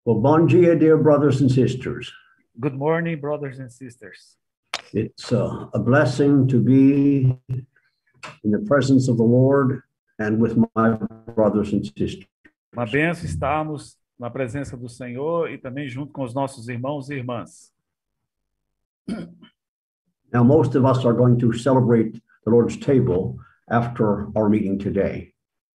Well, bon dia, dear brothers and sisters. Good morning, brothers and sisters. It's a blessing to be in the presence of the Lord and with my brothers and sisters. Uma benção estarmos na presença do Senhor e também junto com os nossos irmãos e irmãs. Now, most of us are going to celebrate the Lord's table after our meeting today.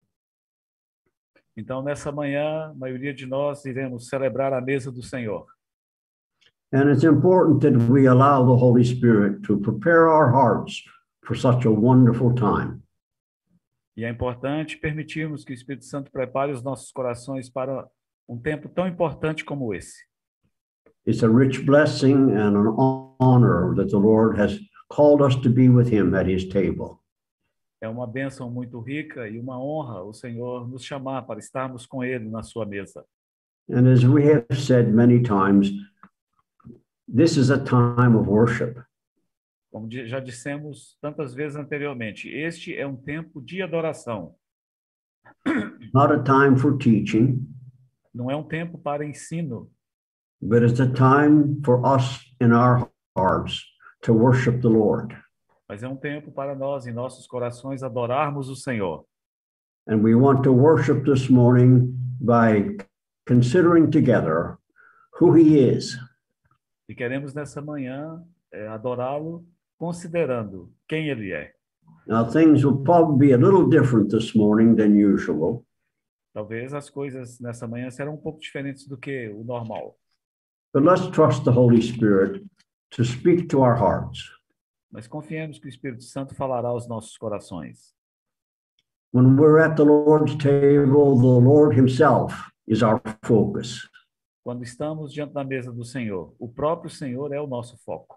Então, nessa manhã, a maioria de nós iremos celebrar a mesa do Senhor. And it's important that we allow the Holy Spirit to prepare our hearts for such a wonderful time. E é importante permitirmos que o Espírito Santo prepare os nossos corações para um tempo tão importante como esse. It's a rich blessing and an honor that the Lord has called us to be with him at his table. É uma bênção muito rica e uma honra o Senhor nos chamar para estarmos com Ele na sua mesa. And as we have said many times, this is a time of worship. Como já dissemos tantas vezes anteriormente, este é um tempo de adoração. Not a time for teaching, Não é um tempo para ensino, but it's a time for us in our hearts to worship the Lord. mas é um tempo para nós, em nossos corações, adorarmos o Senhor. And we want to worship this morning by considering together who he is. E queremos nessa manhã adorá-lo, considerando quem Ele é. Now, things will probably be a little different this morning than usual, Talvez as coisas nessa manhã serão um pouco diferentes do que o normal. but let's trust the Holy Spirit to speak to our hearts. Mas confiemos que o Espírito Santo falará aos nossos corações. When we're at the Lord's table, the Lord himself is our focus. Quando estamos diante da mesa do Senhor, o próprio Senhor é o nosso foco.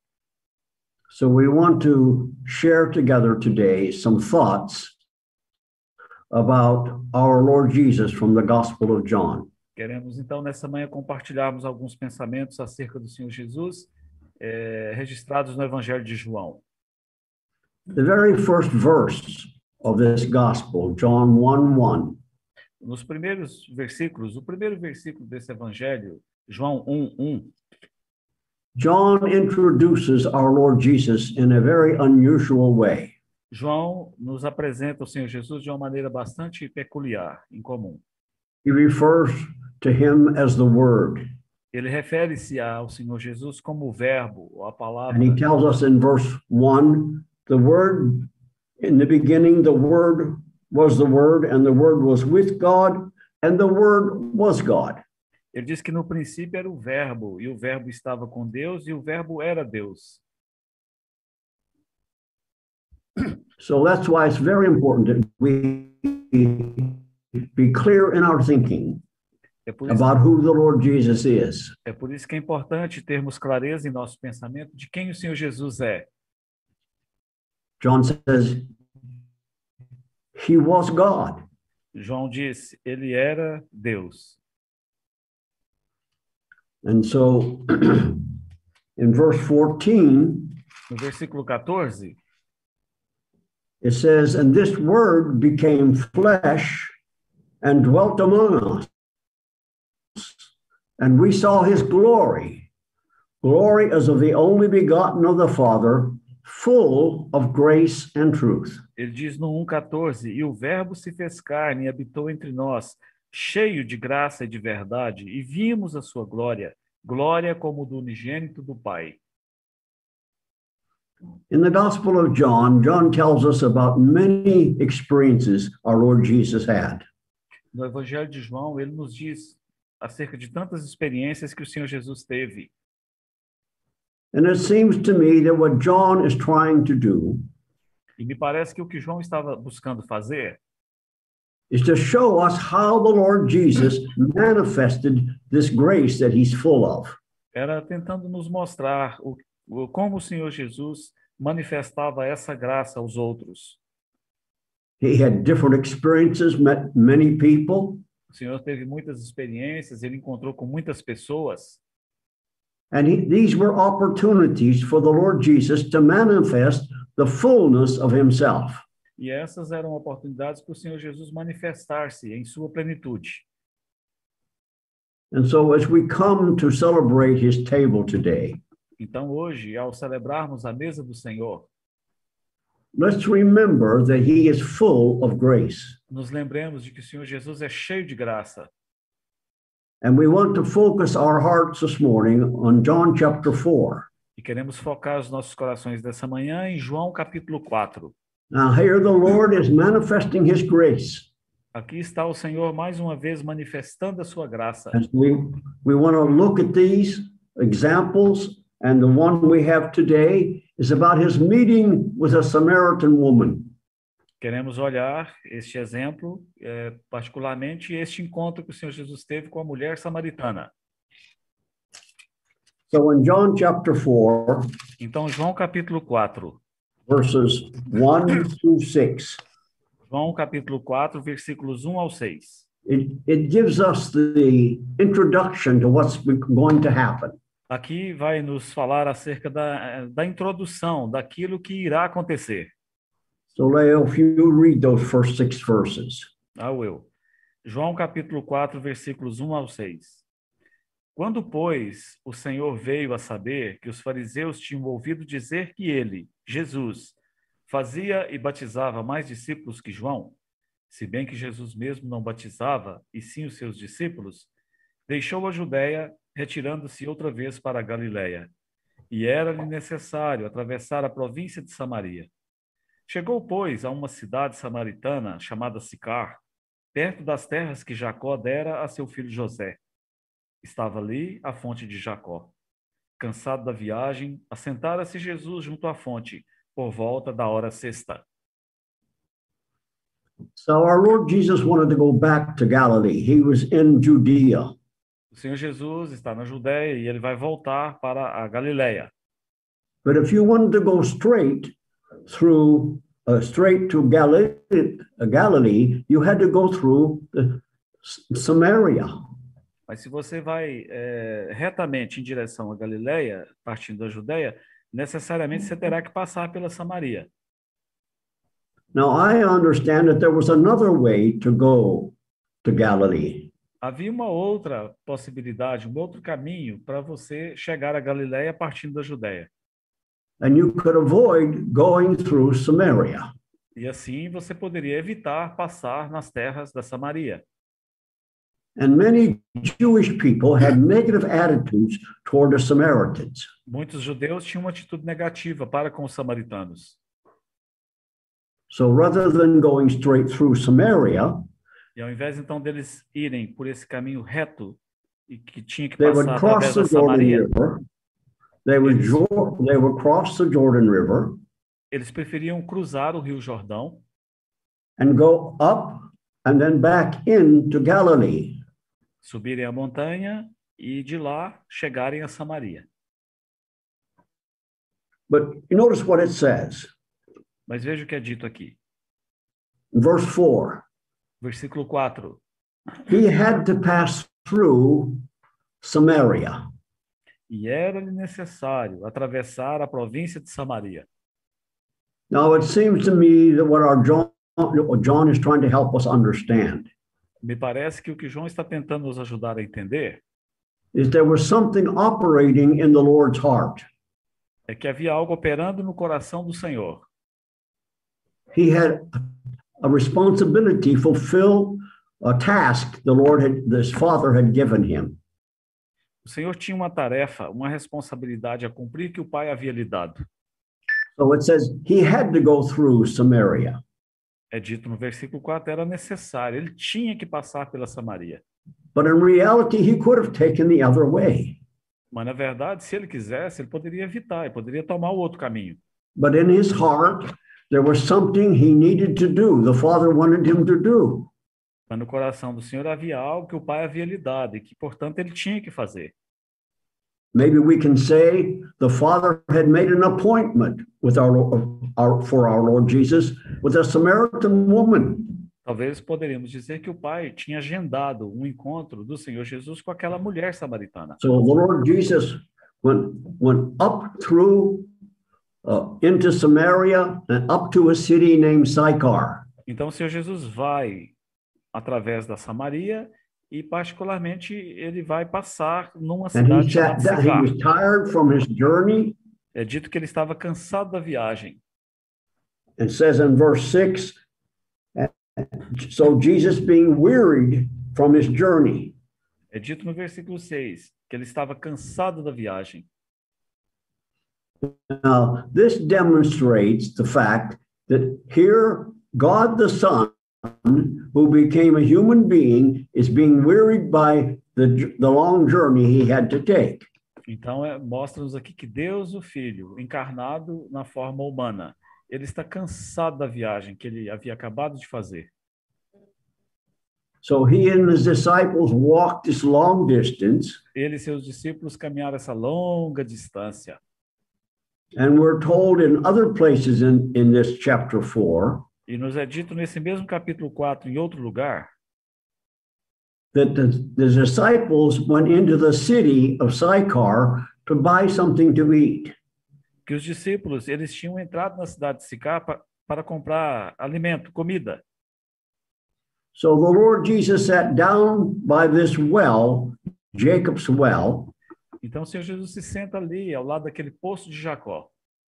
So we want to share together today some thoughts about our Lord Jesus from the Gospel of John. Queremos, então, nessa manhã, compartilharmos alguns pensamentos acerca do Senhor Jesus, registrados no Evangelho de João. The very first verse of this Gospel, John 1:1, Nos primeiros versículos, o primeiro versículo desse Evangelho, João 1:1, John introduces our Lord Jesus in a very unusual way. João nos apresenta o Senhor Jesus de uma maneira bastante peculiar, incomum. He refers to him as the Word. Ele refere-se ao Senhor Jesus como o verbo, ou a palavra. And he tells us in verse 1, the Word, in the beginning, the Word was the Word, and the Word was with God, and the Word was God. Ele diz que no princípio era o verbo, e o verbo estava com Deus, e o verbo era Deus. So that's why it's very important that we be clear in our thinking É por isso, about who the Lord Jesus is. é por isso que é importante termos clareza em nosso pensamento de quem o Senhor Jesus é. John says, he was God. João disse, ele era Deus. And so in verse 14, No versículo 14, it says, and this word became flesh and dwelt among us. And we saw his glory, glory as of the only begotten of the Father, full of grace and truth. ele diz no 1,14, e o verbo se fez carne e habitou entre nós, cheio de graça e de verdade, e vimos a sua glória, glória como do unigênito do Pai. In the Gospel of John, John tells us about many experiences our Lord Jesus had. No Evangelho de João, ele nos diz acerca de tantas experiências que o Senhor Jesus teve. And it seems to me that what John is trying to do E me parece que o que João estava buscando fazer is to show us how the Lord Jesus manifested this grace that he's full of. era tentando nos mostrar como o Senhor Jesus manifestava essa graça aos outros. He had different experiences, met many people, O Senhor teve muitas experiências, ele encontrou com muitas pessoas, and these were opportunities for the Lord Jesus to manifest the fullness of himself. e essas eram oportunidades para o Senhor Jesus manifestar-se em sua plenitude. And so as we come to celebrate his table today, Então, hoje, ao celebrarmos a mesa do Senhor, let's remember that he is full of grace. nos lembremos de que o Senhor Jesus é cheio de graça. And we want to focus our hearts this morning on John chapter 4. E queremos focar os nossos corações dessa manhã em João capítulo 4. Now here the Lord is manifesting his grace. Aqui está o Senhor mais uma vez manifestando a sua graça. As we want to look at these examples, and the one we have today is about his meeting with a Samaritan woman. Queremos olhar este exemplo, particularmente este encontro que o Senhor Jesus teve com a mulher samaritana. So in John chapter 4, Então, João capítulo 4. verses 1 through 6, João capítulo 4, versículos 1 ao 6. it gives us the introduction to what's going to happen. Aqui vai nos falar acerca da introdução daquilo que irá acontecer. So Leo, if you read those first 6 verses. João capítulo 4, versículos 1 ao 6. Quando, pois, o Senhor veio a saber que os fariseus tinham ouvido dizer que ele, Jesus, fazia e batizava mais discípulos que João, se bem que Jesus mesmo não batizava, e sim os seus discípulos, deixou a Judéia, retirando-se outra vez para a Galiléia. E era-lhe necessário atravessar a província de Samaria. Chegou, pois, a uma cidade samaritana chamada Sicar, perto das terras que Jacó dera a seu filho José. Estava ali a fonte de Jacó. Cansado da viagem, assentara-se Jesus junto à fonte, por volta da hora sexta. So our Lord Jesus wanted to go back to Galilee. He was in Judea. O Senhor Jesus está na Judéia e ele vai voltar para a Galiléia. But if you wanted to go straight to Galilee, you had to go through Samaria. Mas se você vai retamente em direção à Galiléia, partindo da Judéia, necessariamente você terá que passar pela Samaria. Now I understand that there was another way to go to Galilee. Havia uma outra possibilidade, um outro caminho para você chegar à Galiléia partindo da Judéia. And you could avoid going through Samaria. E assim você poderia evitar passar nas terras da Samaria. And many Jewish people had negative attitudes toward the Samaritans. Muitos judeus tinham uma atitude negativa para com os samaritanos. So rather than going straight through Samaria, e ao invés então deles irem por esse caminho reto e que tinha que they passar would cross através da the Jordan Samaria, River. They would cross the Jordan River eles preferiam cruzar o Rio Jordão and go up and then back into Galilee. subirem a montanha e de lá chegarem a Samaria. But you notice what it says. Mas veja o que é dito aqui. Verse 4. Versículo 4. He had to pass through Samaria. E era-lhe necessário atravessar a província de Samaria. Now it seems to me that what John is trying to help us understand Me parece que o que João está tentando nos ajudar a entender is there was something operating in the Lord's heart. é que havia algo operando no coração do Senhor. He had a responsibility to fulfill a task his Father had given him. O Senhor tinha uma tarefa, uma responsabilidade a cumprir que o Pai havia lhe dado. So it says he had to go through Samaria. É dito no versículo 4, era necessário, ele tinha que passar pela Samaria. But in reality, he could have taken the other way. Mas, na verdade, se ele quisesse, ele poderia evitar, ele poderia tomar o outro caminho. But in his heart, there was something he needed to do. The Father wanted him to do. Mas no coração do Senhor havia algo que o Pai havia lhe dado e que, portanto, ele tinha que fazer. Maybe we can say the Father had made an appointment with for our Lord Jesus with a Samaritan woman. Talvez poderíamos dizer que o Pai tinha agendado um encontro do Senhor Jesus com aquela mulher samaritana. So the Lord Jesus went up through into Samaria and up to a city named Sychar. Então o Senhor Jesus vai através da Samaria e particularmente ele vai passar numa And he cidade chamada sat down. He Sicar. was tired from his journey. É dito que ele estava cansado da viagem. It says in verse 6, so Jesus being wearied from his journey. É dito no versículo 6 que ele estava cansado da viagem. Now, this demonstrates the fact that here God the Son, who became a human being, is being wearied by the long journey he had to take. Então, mostra-nos aqui que Deus, o Filho, encarnado na forma humana, ele está cansado da viagem que ele havia acabado de fazer. So he and his disciples walked this long distance, Ele e seus discípulos caminharam essa longa distância. and we're told in other places in this chapter 4 E nos é dito nesse mesmo capítulo 4, em outro lugar, that the disciples went into the city of Sychar to buy something to eat. que os discípulos eles tinham entrado na cidade de Sicar para comprar alimento, comida. So the Lord Jesus sat down by this well, Jacob's well, Então o Senhor Jesus se senta ali, ao lado daquele poço de Jacó,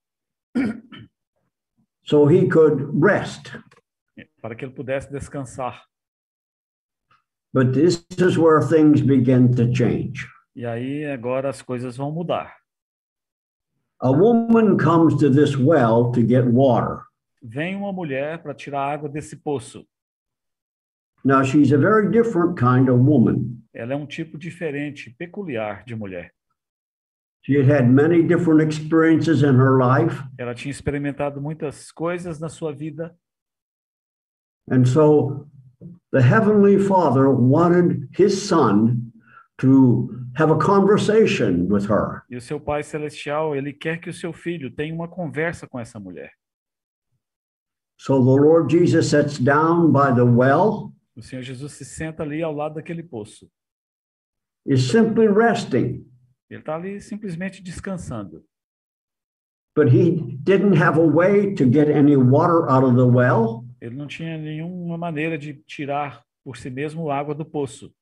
so he could rest. para que ele pudesse descansar. But this is where things begin to change. E aí agora as coisas vão mudar. A woman comes to this well to get water. Vem uma mulher para tirar água desse poço. Now, she's a very different kind of woman. Ela é um tipo diferente, peculiar de mulher. She had many different experiences in her life. Ela tinha experimentado muitas coisas na sua vida. And so the Heavenly Father wanted his son to have a conversation with her. E o seu Pai Celestial, ele quer que o seu filho tenha uma conversa com essa mulher. So the Lord Jesus sits down by the well, O Senhor Jesus se senta ali ao lado daquele poço. is simply resting. Ele está ali simplesmente descansando. But he didn't have a way to get any water out of the well. Ele não tinha nenhuma maneira de tirar por si mesmo água do poço.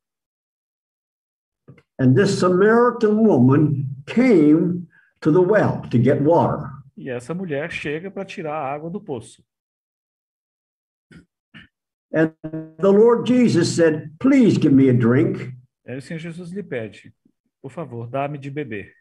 And this Samaritan woman came to the well to get water. E essa mulher chega para tirar a água do poço. And the Lord Jesus said, please give me a drink. Aí o Senhor Jesus lhe pede, por favor, dá-me de beber.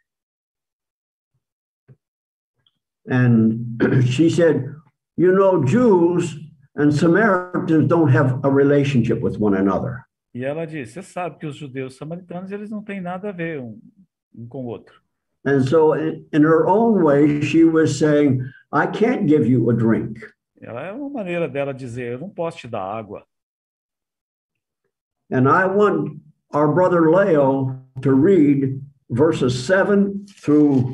And she said, you know, Jews and Samaritans don't have a relationship with one another. E ela disse, você sabe que os judeus samaritanos, eles não têm nada a ver um com o outro. And so in her own way, she was saying, I can't give you a drink. Ela é uma maneira dela dizer, eu não posso te dar água. And I want our brother Leo to read verses 7 through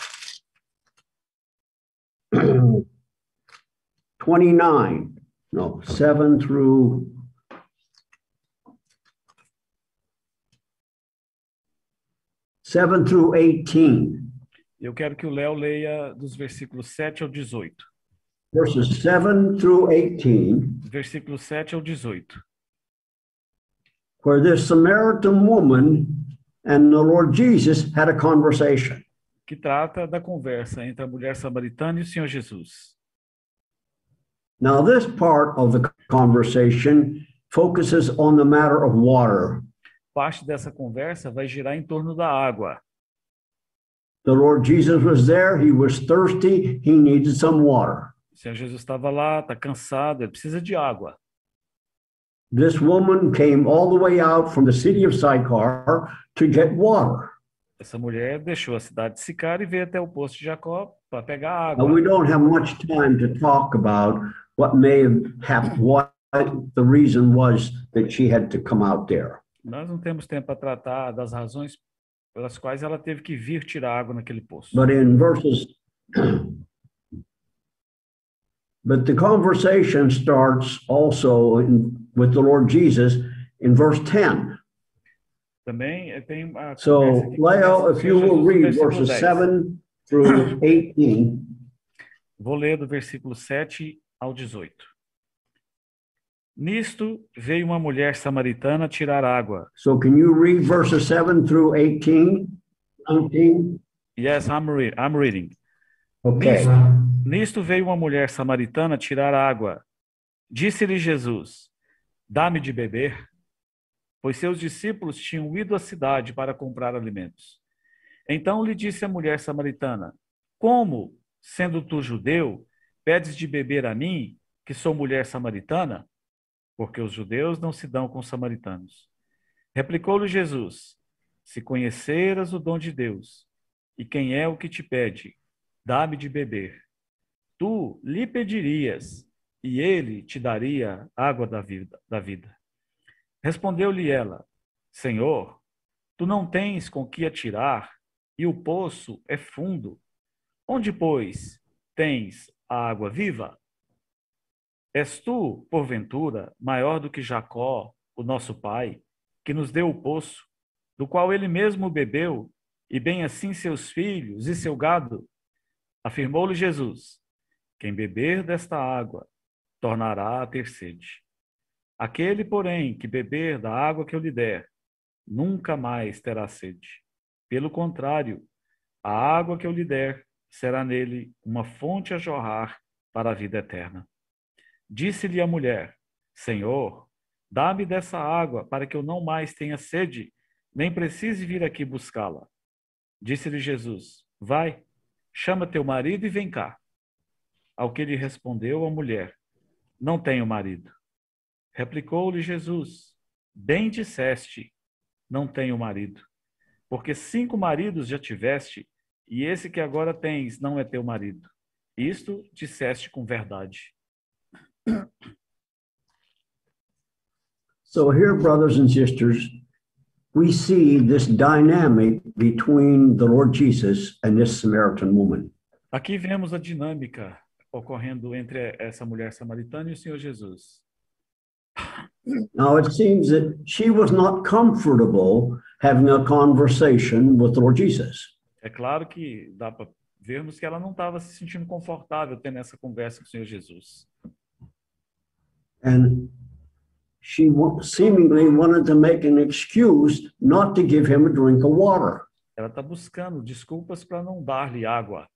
29. No, 7 through 18. Eu quero que o Léo leia dos versículos 7 ao 18. Verses 7 through 18, Versículos 7 ao 18. where this Samaritan woman and the Lord Jesus had a conversation. Que trata da conversa entre a mulher samaritana e o Senhor Jesus. Now, this part of the conversation focuses on the matter of water. Parte dessa conversa vai girar em torno da água. The Lord Jesus was there. He was thirsty. He needed some water. O Senhor Jesus estava lá, está cansado, ele precisa de água. This woman came all the way out from the city of Sychar to get water. Essa mulher deixou a cidade de Sicar e veio até o poço de Jacó para pegar Now, água. we don't have much time to talk about what may have happened, what the reason was that she had to come out there. Nós não temos tempo para tratar das razões pelas quais ela teve que vir tirar água naquele poço. But in verses, but the conversation starts also with the Lord Jesus in verse 10. Também tem a So, conversa que Leo, começa if you com will Jesus no read versículo verses 10. 7 through 18. Vou ler do versículo 7 ao 18. Nisto veio uma mulher samaritana tirar água. So can you read verses 7 through 18, 19? Yes, I'm reading. Okay. Nisto veio uma mulher samaritana tirar água. Disse-lhe Jesus: Dá-me de beber, pois seus discípulos tinham ido à cidade para comprar alimentos. Então lhe disse a mulher samaritana: Como, sendo tu judeu, pedes de beber a mim, que sou mulher samaritana? Porque os judeus não se dão com os samaritanos. Replicou-lhe Jesus: Se conheceras o dom de Deus, e quem é o que te pede, dá-me de beber, tu lhe pedirias, e ele te daria água da vida. Respondeu-lhe ela: Senhor, tu não tens com que atirar, e o poço é fundo. Onde, pois, tens a água viva? És tu, porventura, maior do que Jacó, o nosso pai, que nos deu o poço, do qual ele mesmo bebeu, e bem assim seus filhos e seu gado? Afirmou-lhe Jesus: Quem beber desta água tornará a ter sede. Aquele, porém, que beber da água que eu lhe der, nunca mais terá sede. Pelo contrário, a água que eu lhe der será nele uma fonte a jorrar para a vida eterna. Disse-lhe a mulher: Senhor, dá-me dessa água para que eu não mais tenha sede, nem precise vir aqui buscá-la. Disse-lhe Jesus: Vai, chama teu marido e vem cá. Ao que lhe respondeu a mulher: Não tenho marido. Replicou-lhe Jesus: Bem disseste, não tenho marido, porque 5 maridos já tiveste, e esse que agora tens não é teu marido. Isto disseste com verdade. So here, brothers and sisters, we see this dynamic between the Lord Jesus and this Samaritan woman. Aqui vemos a dinâmica ocorrendo entre essa mulher samaritana e o Senhor Jesus. Now, it seems that she was not comfortable having a conversation with the Lord Jesus. É claro que dá para vermos que ela não estava se sentindo confortável tendo essa conversa com o Senhor Jesus. And she seemingly wanted to make an excuse not to give him a drink of water. Ela está buscando desculpas para não dar-lhe água.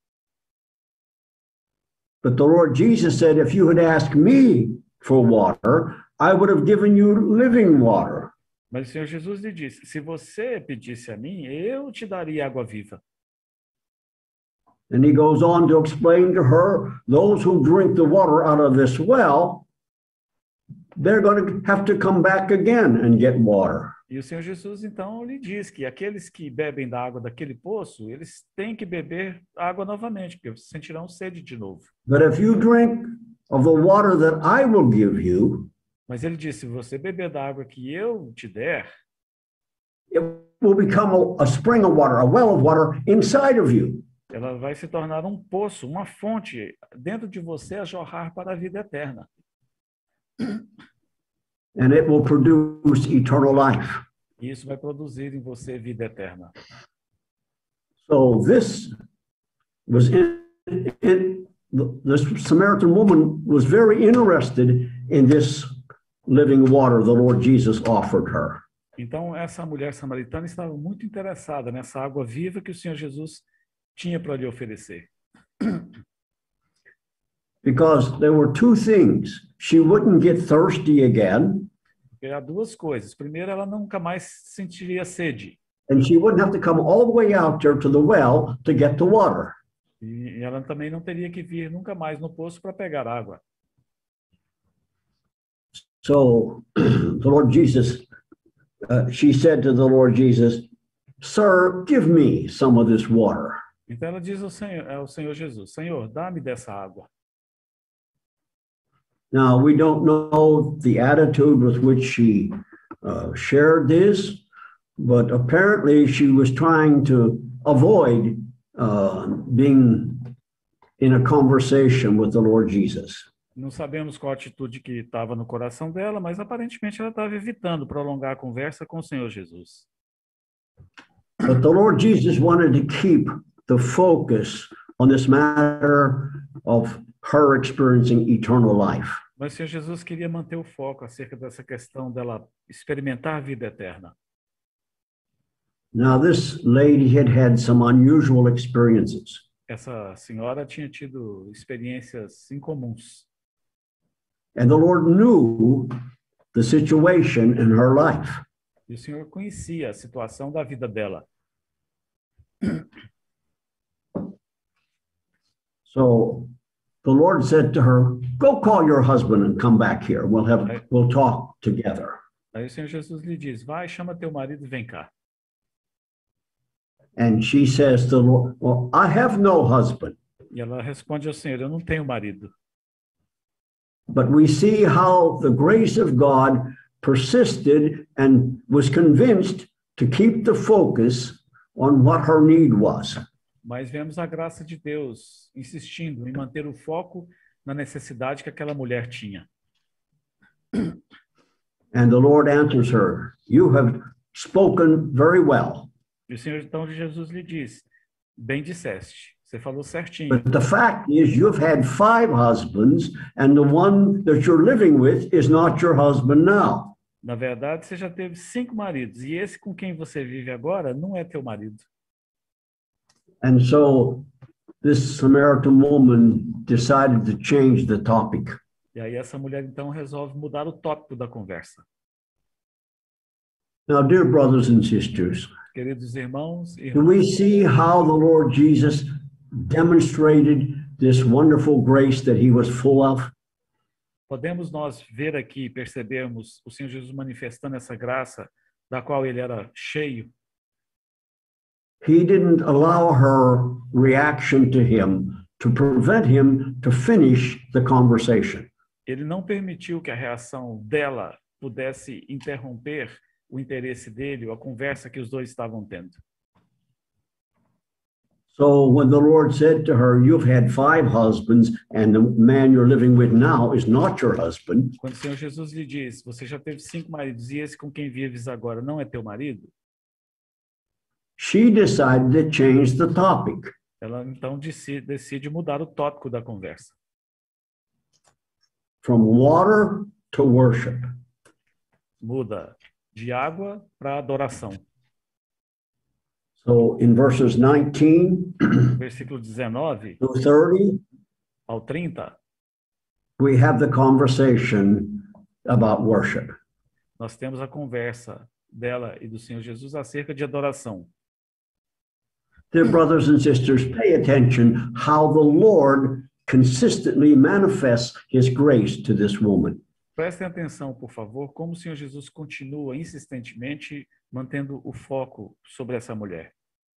But the Lord Jesus said, if you had asked me for water, I would have given you living water. Mas o Senhor Jesus lhe disse: se você pedisse a mim, eu te daria água viva. And he goes on to explain to her, those who drink the water out of this well, they're going to have to come back again and get water. E o Senhor Jesus, então, lhe diz que aqueles que bebem da água daquele poço, eles têm que beber água novamente, porque sentirão sede de novo. But if you drink of the water that I will give you, mas ele disse: se você beber da água que eu te der, it will become a spring of water, a well of water inside of you. Ela vai se tornar um poço, uma fonte dentro de você a jorrar para a vida eterna. And it will produce eternal life. E isso vai produzir em você vida eterna. So this was this Samaritan woman was very interested in this living water the Lord Jesus offered her. Então essa mulher samaritana estava muito interessada nessa água viva que o Senhor Jesus tinha para lhe oferecer. Because there were 2 things. She wouldn't get thirsty again. Porque há 2 coisas. Primeiro, ela nunca mais sentiria sede. And she wouldn't have to come all the way out there to the well to get the water. E ela também não teria que vir nunca mais no poço para pegar água. So the Lord Jesus, she said to the Lord Jesus, "Sir, give me some of this water." Então ela diz ao Senhor Jesus: Senhor, dá-me dessa água. Now, we don't know the attitude with which she shared this, but apparently she was trying to avoid being in a conversation with the Lord Jesus. Não sabemos qual atitude que estava no coração dela, mas aparentemente ela estava evitando prolongar a conversa com o Senhor Jesus. But the Lord Jesus wanted to keep the focus on this matter of her experiencing eternal life. Mas o Senhor Jesus queria manter o foco acerca dessa questão dela experimentar a vida eterna. Now, this lady had had some unusual experiences. Essa senhora tinha tido experiências incomuns. And the Lord knew the situation in her life. E o Senhor conhecia a situação da vida dela. So the Lord said to her, "Go call your husband and come back here. We'll talk together." Aí o Senhor Jesus lhe diz: vai, chama teu marido e vem cá. And she says to the Lord, "Well, I have no husband." E ela responde ao Senhor: eu não tenho marido. But we see how the grace of God persisted and was convinced to keep the focus on what her need was. Mas vemos a graça de Deus insistindo em manter o foco na necessidade que aquela mulher tinha. And the Lord answers her, "You have spoken very well. E o Senhor então Jesus lhe diz: bem disseste, você falou certinho. But the fact is, you've had 5 husbands, and the one that you're living with is not your husband now." Na verdade, você já teve 5 maridos, e esse com quem você vive agora não é teu marido. And so this Samaritan woman decided to change the topic. E aí essa mulher então resolve mudar o tópico da conversa. Now, dear brothers and sisters, Queridos irmãos e do irmãs, we see how the Lord Jesus demonstrated this wonderful grace that he was full of? podemos nós ver aqui e percebermos o Senhor Jesus manifestando essa graça da qual ele era cheio. He didn't allow her reaction to him to prevent him to finish the conversation. Ele não permitiu que a reação dela pudesse interromper o interesse dele, ou a conversa que os dois estavam tendo. So when the Lord said to her, "You've had 5 husbands, and the man you're living with now is not your husband," Quando o Senhor Jesus lhe diz: você já teve 5 maridos e esse com quem vives agora não é teu marido? she decided to change the topic. Ela então decide mudar o tópico da conversa. From water to worship. Muda de água para adoração. So in verses 19 Versículo 19 to 30, ao 30, we have the conversation about worship. nós temos a conversa dela e do Senhor Jesus acerca de adoração. Dear brothers and sisters, pay attention how the Lord consistently manifests his grace to this woman. Prestem atenção, por favor, como o Senhor Jesus continua insistentemente mantendo o foco sobre essa mulher.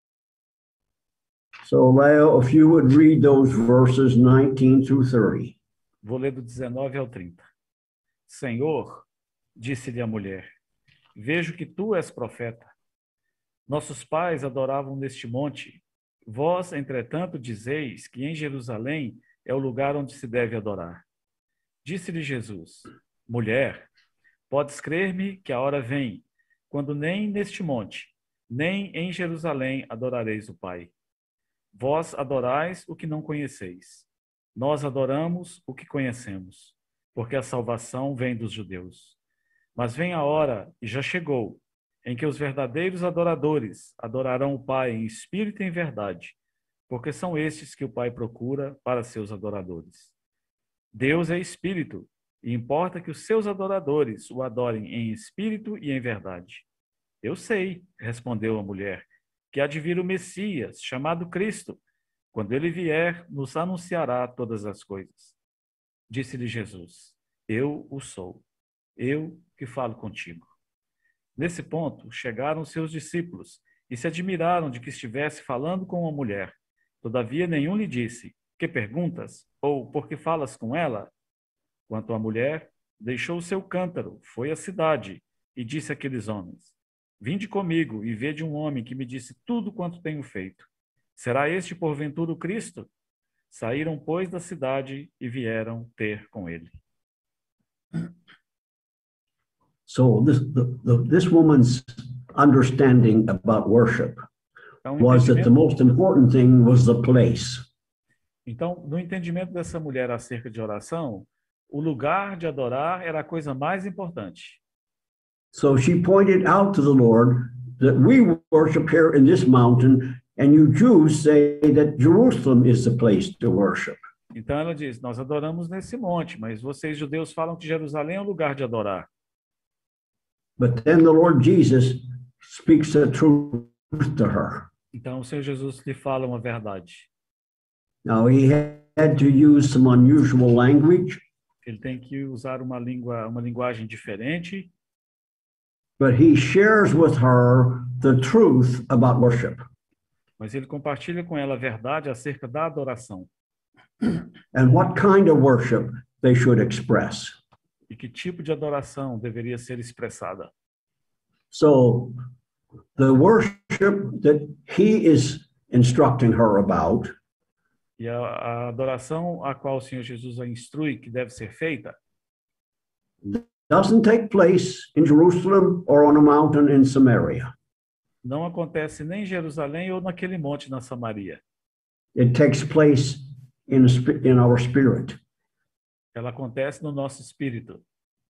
So, Leo, if you would read those verses 19 through 30. Vou ler do 19 ao 30. Senhor, disse-lhe a mulher, vejo que tu és profeta. Nossos pais adoravam neste monte. Vós, entretanto, dizeis que em Jerusalém é o lugar onde se deve adorar. Disse-lhe Jesus, mulher, podes crer-me que a hora vem, quando nem neste monte, nem em Jerusalém adorareis o Pai. Vós adorais o que não conheceis. Nós adoramos o que conhecemos, porque a salvação vem dos judeus. Mas vem a hora, e já chegou, em que os verdadeiros adoradores adorarão o Pai em espírito e em verdade, porque são estes que o Pai procura para seus adoradores. Deus é espírito, e importa que os seus adoradores o adorem em espírito e em verdade. Eu sei, respondeu a mulher, que há de vir o Messias, chamado Cristo. Quando ele vier, nos anunciará todas as coisas. Disse-lhe Jesus, eu o sou, eu que falo contigo. Nesse ponto, chegaram seus discípulos e se admiraram de que estivesse falando com uma mulher. Todavia, nenhum lhe disse, que perguntas? Ou por que falas com ela? Quanto à mulher, deixou o seu cântaro, foi à cidade e disse àqueles homens, vinde comigo e vede um homem que me disse tudo quanto tenho feito. Será este, porventura, o Cristo? Saíram, pois, da cidade e vieram ter com ele. So this woman's understanding about worship was that the most important thing was the place. Então, no entendimento dessa mulher acerca de oração, o lugar de adorar era a coisa mais importante. So she pointed out to the Lord that we worship here in this mountain, and you Jews say that Jerusalem is the place to worship. Então ela diz: nós adoramos nesse monte, mas vocês judeus falam que Jerusalém é o lugar de adorar. But then the Lord Jesus speaks the truth to her. Então o Senhor Jesus lhe fala uma verdade. Now he had to use some unusual language, Ele tem que usar uma linguagem diferente, but he shares with her the truth about worship. mas ele compartilha com ela a verdade acerca da adoração And what kind of worship they should express. e que tipo de adoração deveria ser expressada. So the worship that he is instructing her about E a adoração a qual o Senhor Jesus a instrui que deve ser feita doesn't take place in Jerusalem or on a mountain in Samaria. não acontece nem em Jerusalém ou naquele monte na Samaria. It takes place in our spirit. Ela acontece no nosso espírito.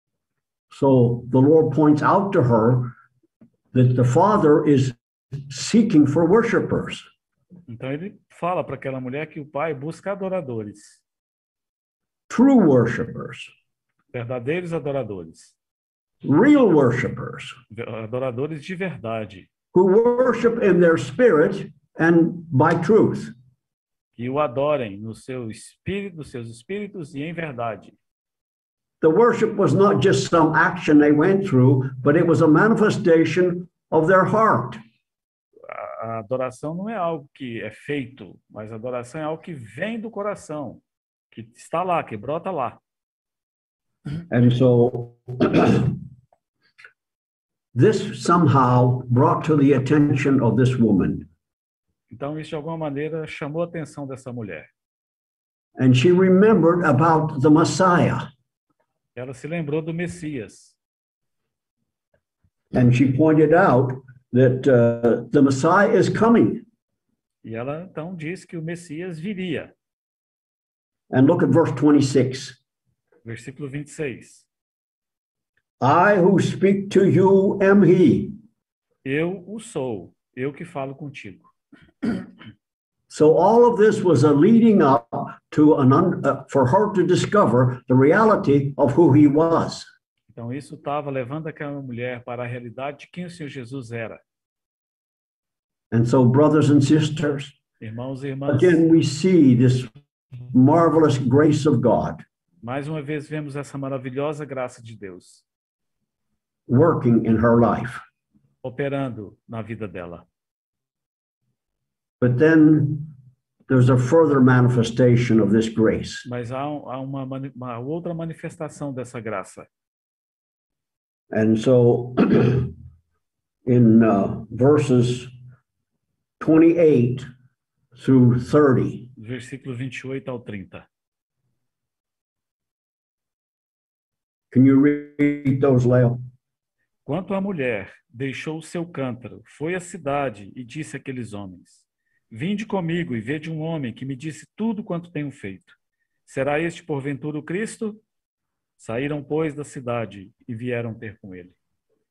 So the Lord points out to her that the Father is seeking for worshipers. Então ele fala para aquela mulher que o Pai busca adoradores, True worshipers, verdadeiros adoradores, real worshipers, adoradores de verdade, who worship in their spirit and by truth. que o adorem no seu espírito, nos seus espíritos e em verdade. The worship was not just some action they went through, but it was a manifestation of their heart. A adoração não é algo que é feito, mas a adoração é algo que vem do coração, que está lá, que brota lá. And so this somehow brought to the attention of this woman. Então isso de alguma maneira chamou a atenção dessa mulher. And she remembered about the Messiah. Ela se lembrou do Messias. And she pointed out that the Messiah is coming. E ela então disse que o Messias viria. And look at verse 26. Versículo 26. I who speak to you am he. Eu o sou, eu que falo contigo. So all of this was a leading up to for her to discover the reality of who he was. Então isso estava levando aquela mulher para a realidade de quem o Senhor Jesus era. And so, brothers and sisters, Irmãos e irmãs, again we see this marvelous grace of God mais uma vez vemos essa maravilhosa graça de Deus working in her life. operando na vida dela. But then there's a further manifestation of this grace. Mas há uma outra manifestação dessa graça. And so in verses 28 through 30, Versículo 28 ao 30. can you read those, Leo? Quanto à mulher, deixou o seu cântaro, foi à cidade e disse àqueles homens: Vinde comigo e vede um homem que me disse tudo quanto tenho feito. Será este porventura o Cristo? Saíram, pois, da cidade e vieram ter com ele.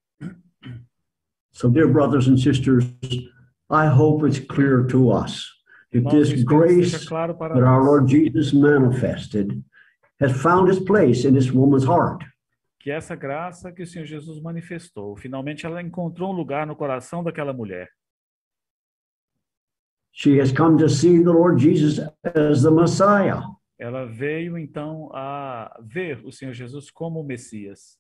So, dear brothers and sisters, I hope it's clear to us that Irmãos, eu this espero que seja grace claro para that our nós Lord Jesus manifested has found its place in this woman's heart. que essa graça que o Senhor Jesus manifestou, finalmente ela encontrou um lugar no coração daquela mulher. She has come to see the Lord Jesus as the Messiah. Ela veio, então, a ver o Senhor Jesus como o Messias.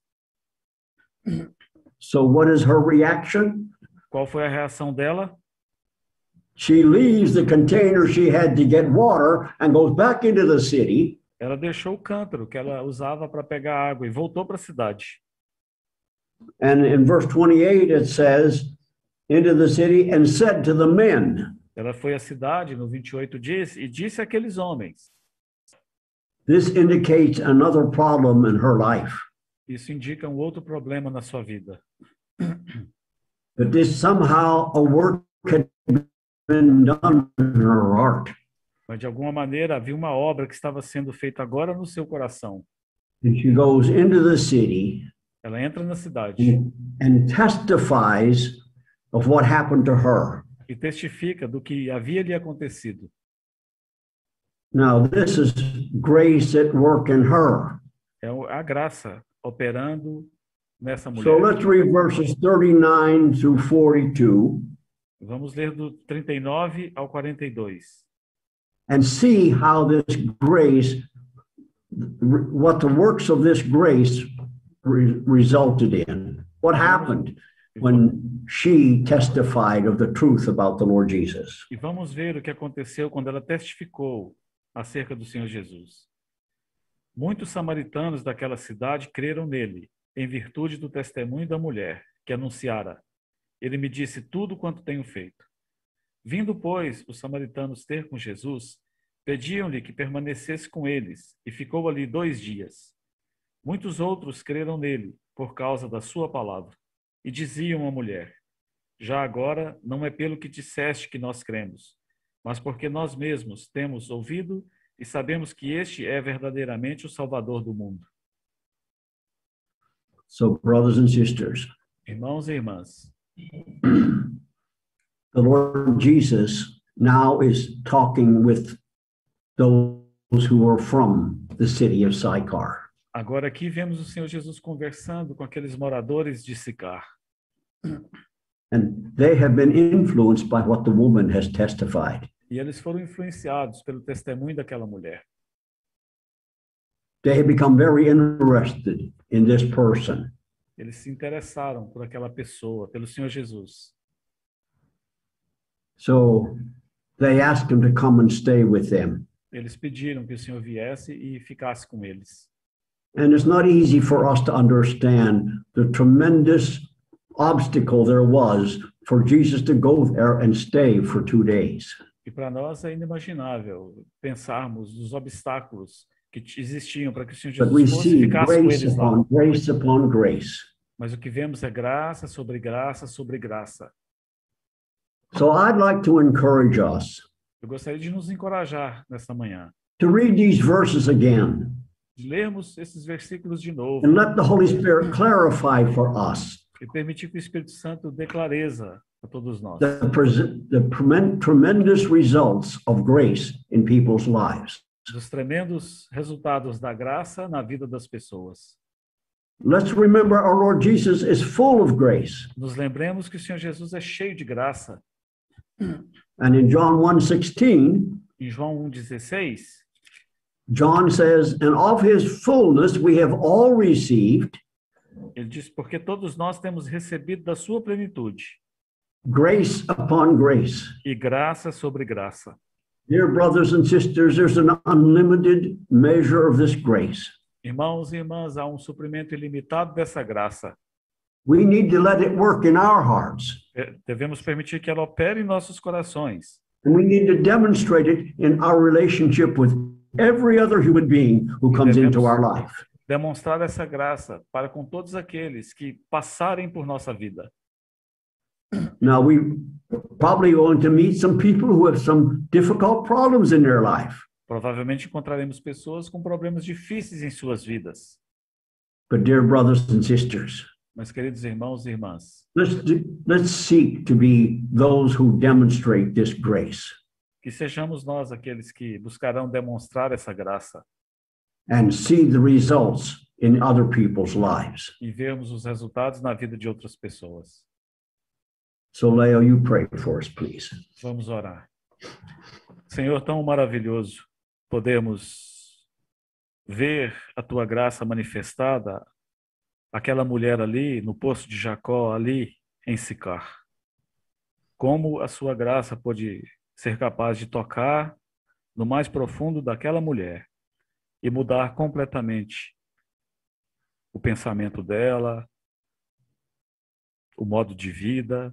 So what is her reaction? Qual foi a reação dela? She leaves the container she had to get water and goes back into the city. Ela deixou o cântaro que ela usava para pegar água e voltou para a cidade. And in verse 28, it says, into the city and said to the men. Ela foi à cidade, no 28 diz, e disse àqueles homens. This indicates another problem in her life. Isso indica um outro problema na sua vida. That this somehow a work had been done in her heart. Mas, de alguma maneira, havia uma obra que estava sendo feita agora no seu coração. and she goes into the city Ela entra na cidade and testifies of what happened to her. e testifica do que havia lhe acontecido. Now, this is grace at work in her. É a graça operando nessa So mulher. let's read verses 39 through 42 Vamos ler do 39 ao 42. and see how this grace, what the works of this grace resulted in. What happened when she testified of the truth about the Lord Jesus. E vamos ver o que aconteceu quando ela testificou acerca do Senhor Jesus. Muitos samaritanos daquela cidade creram nele, em virtude do testemunho da mulher, que anunciara: ele me disse tudo quanto tenho feito. Vindo, pois, os samaritanos ter com Jesus, pediam-lhe que permanecesse com eles, e ficou ali 2 dias. Muitos outros creram nele, por causa da sua palavra, e diziam à mulher: já agora não é pelo que disseste que nós cremos, mas porque nós mesmos temos ouvido e sabemos que este é verdadeiramente o Salvador do mundo. So, brothers and sisters, Irmãos e irmãs, the Lord Jesus now is talking with those who are from the city of Sychar. agora aqui vemos o Senhor Jesus conversando com aqueles moradores de Sicar. And they have been influenced by what the woman has testified. E eles foram influenciados pelo testemunho daquela mulher. They have become very interested in this person. Eles se interessaram por aquela pessoa, pelo Senhor Jesus. So they asked him to come and stay with them. Eles pediram que o Senhor viesse e ficasse com eles. And it's not easy for us to understand the tremendous obstacle there was for Jesus to go there and stay for 2 days. E para nós é inimaginável pensarmos nos obstáculos que existiam para que o Senhor But we Jesus fosse e see ficasse com grace eles lá. upon grace upon grace. Mas o que vemos é graça sobre graça sobre graça. So I'd like to encourage us Eu gostaria de nos encorajar nesta manhã, to read these verses again de lermos esses versículos de novo and let the Holy Spirit clarify for us e permitir que o Espírito Santo dê clareza a todos nós. the tremendous results of grace in people's lives. Dos tremendos resultados da graça na vida das pessoas. Let's remember our Lord Jesus is full of grace. Nos lembremos que o Senhor Jesus é cheio de graça. And in John 1:16, Em João 1,16, John says, and of his fullness we have all received ele diz: porque todos nós temos recebido da sua plenitude, grace upon grace. e graça sobre graça. Dear brothers and sisters, there's an unlimited measure of this grace. Irmãos e irmãs, há um suprimento ilimitado dessa graça. We need to let it work in our hearts. Devemos permitir que ela opere em nossos corações. And we need to demonstrate it in our relationship with every other human being who comes into our life. Demonstrar essa graça para com todos aqueles que passarem por nossa vida. Now, we probably going to meet some people who have some difficult problems in their life. Provavelmente encontraremos pessoas com problemas difíceis em suas vidas. But dear brothers and sisters, Mas, queridos irmãos e irmãs, let's seek to be those who demonstrate this grace que sejamos nós aqueles que buscarão demonstrar essa graça and see the results in other people's lives. e vermos os resultados na vida de outras pessoas. So, Leo, you pray for us, please. Vamos orar. Senhor, tão maravilhoso podemos ver a tua graça manifestada, aquela mulher ali no poço de Jacó, ali em Sicar. Como a sua graça pôde ser capaz de tocar no mais profundo daquela mulher e mudar completamente o pensamento dela, o modo de vida.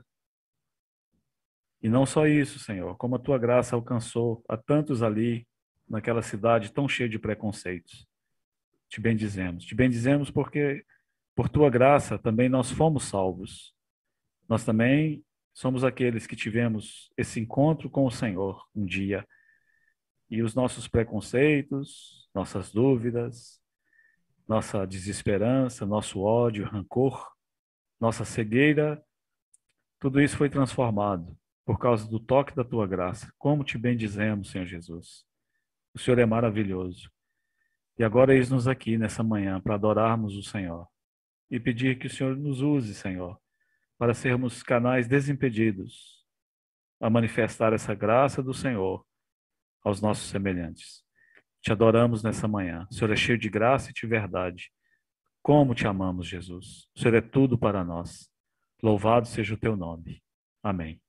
E não só isso, Senhor, como a tua graça alcançou a tantos ali, naquela cidade tão cheia de preconceitos. Te bendizemos porque por tua graça também nós fomos salvos. Nós também somos aqueles que tivemos esse encontro com o Senhor um dia. E os nossos preconceitos, nossas dúvidas, nossa desesperança, nosso ódio, rancor, nossa cegueira, tudo isso foi transformado por causa do toque da tua graça. Como te bendizemos, Senhor Jesus. O Senhor é maravilhoso. E agora eis-nos aqui nessa manhã para adorarmos o Senhor e pedir que o Senhor nos use, Senhor, para sermos canais desimpedidos a manifestar essa graça do Senhor aos nossos semelhantes. Te adoramos nessa manhã. O Senhor é cheio de graça e de verdade. Como te amamos, Jesus. O Senhor é tudo para nós. Louvado seja o teu nome. Amém.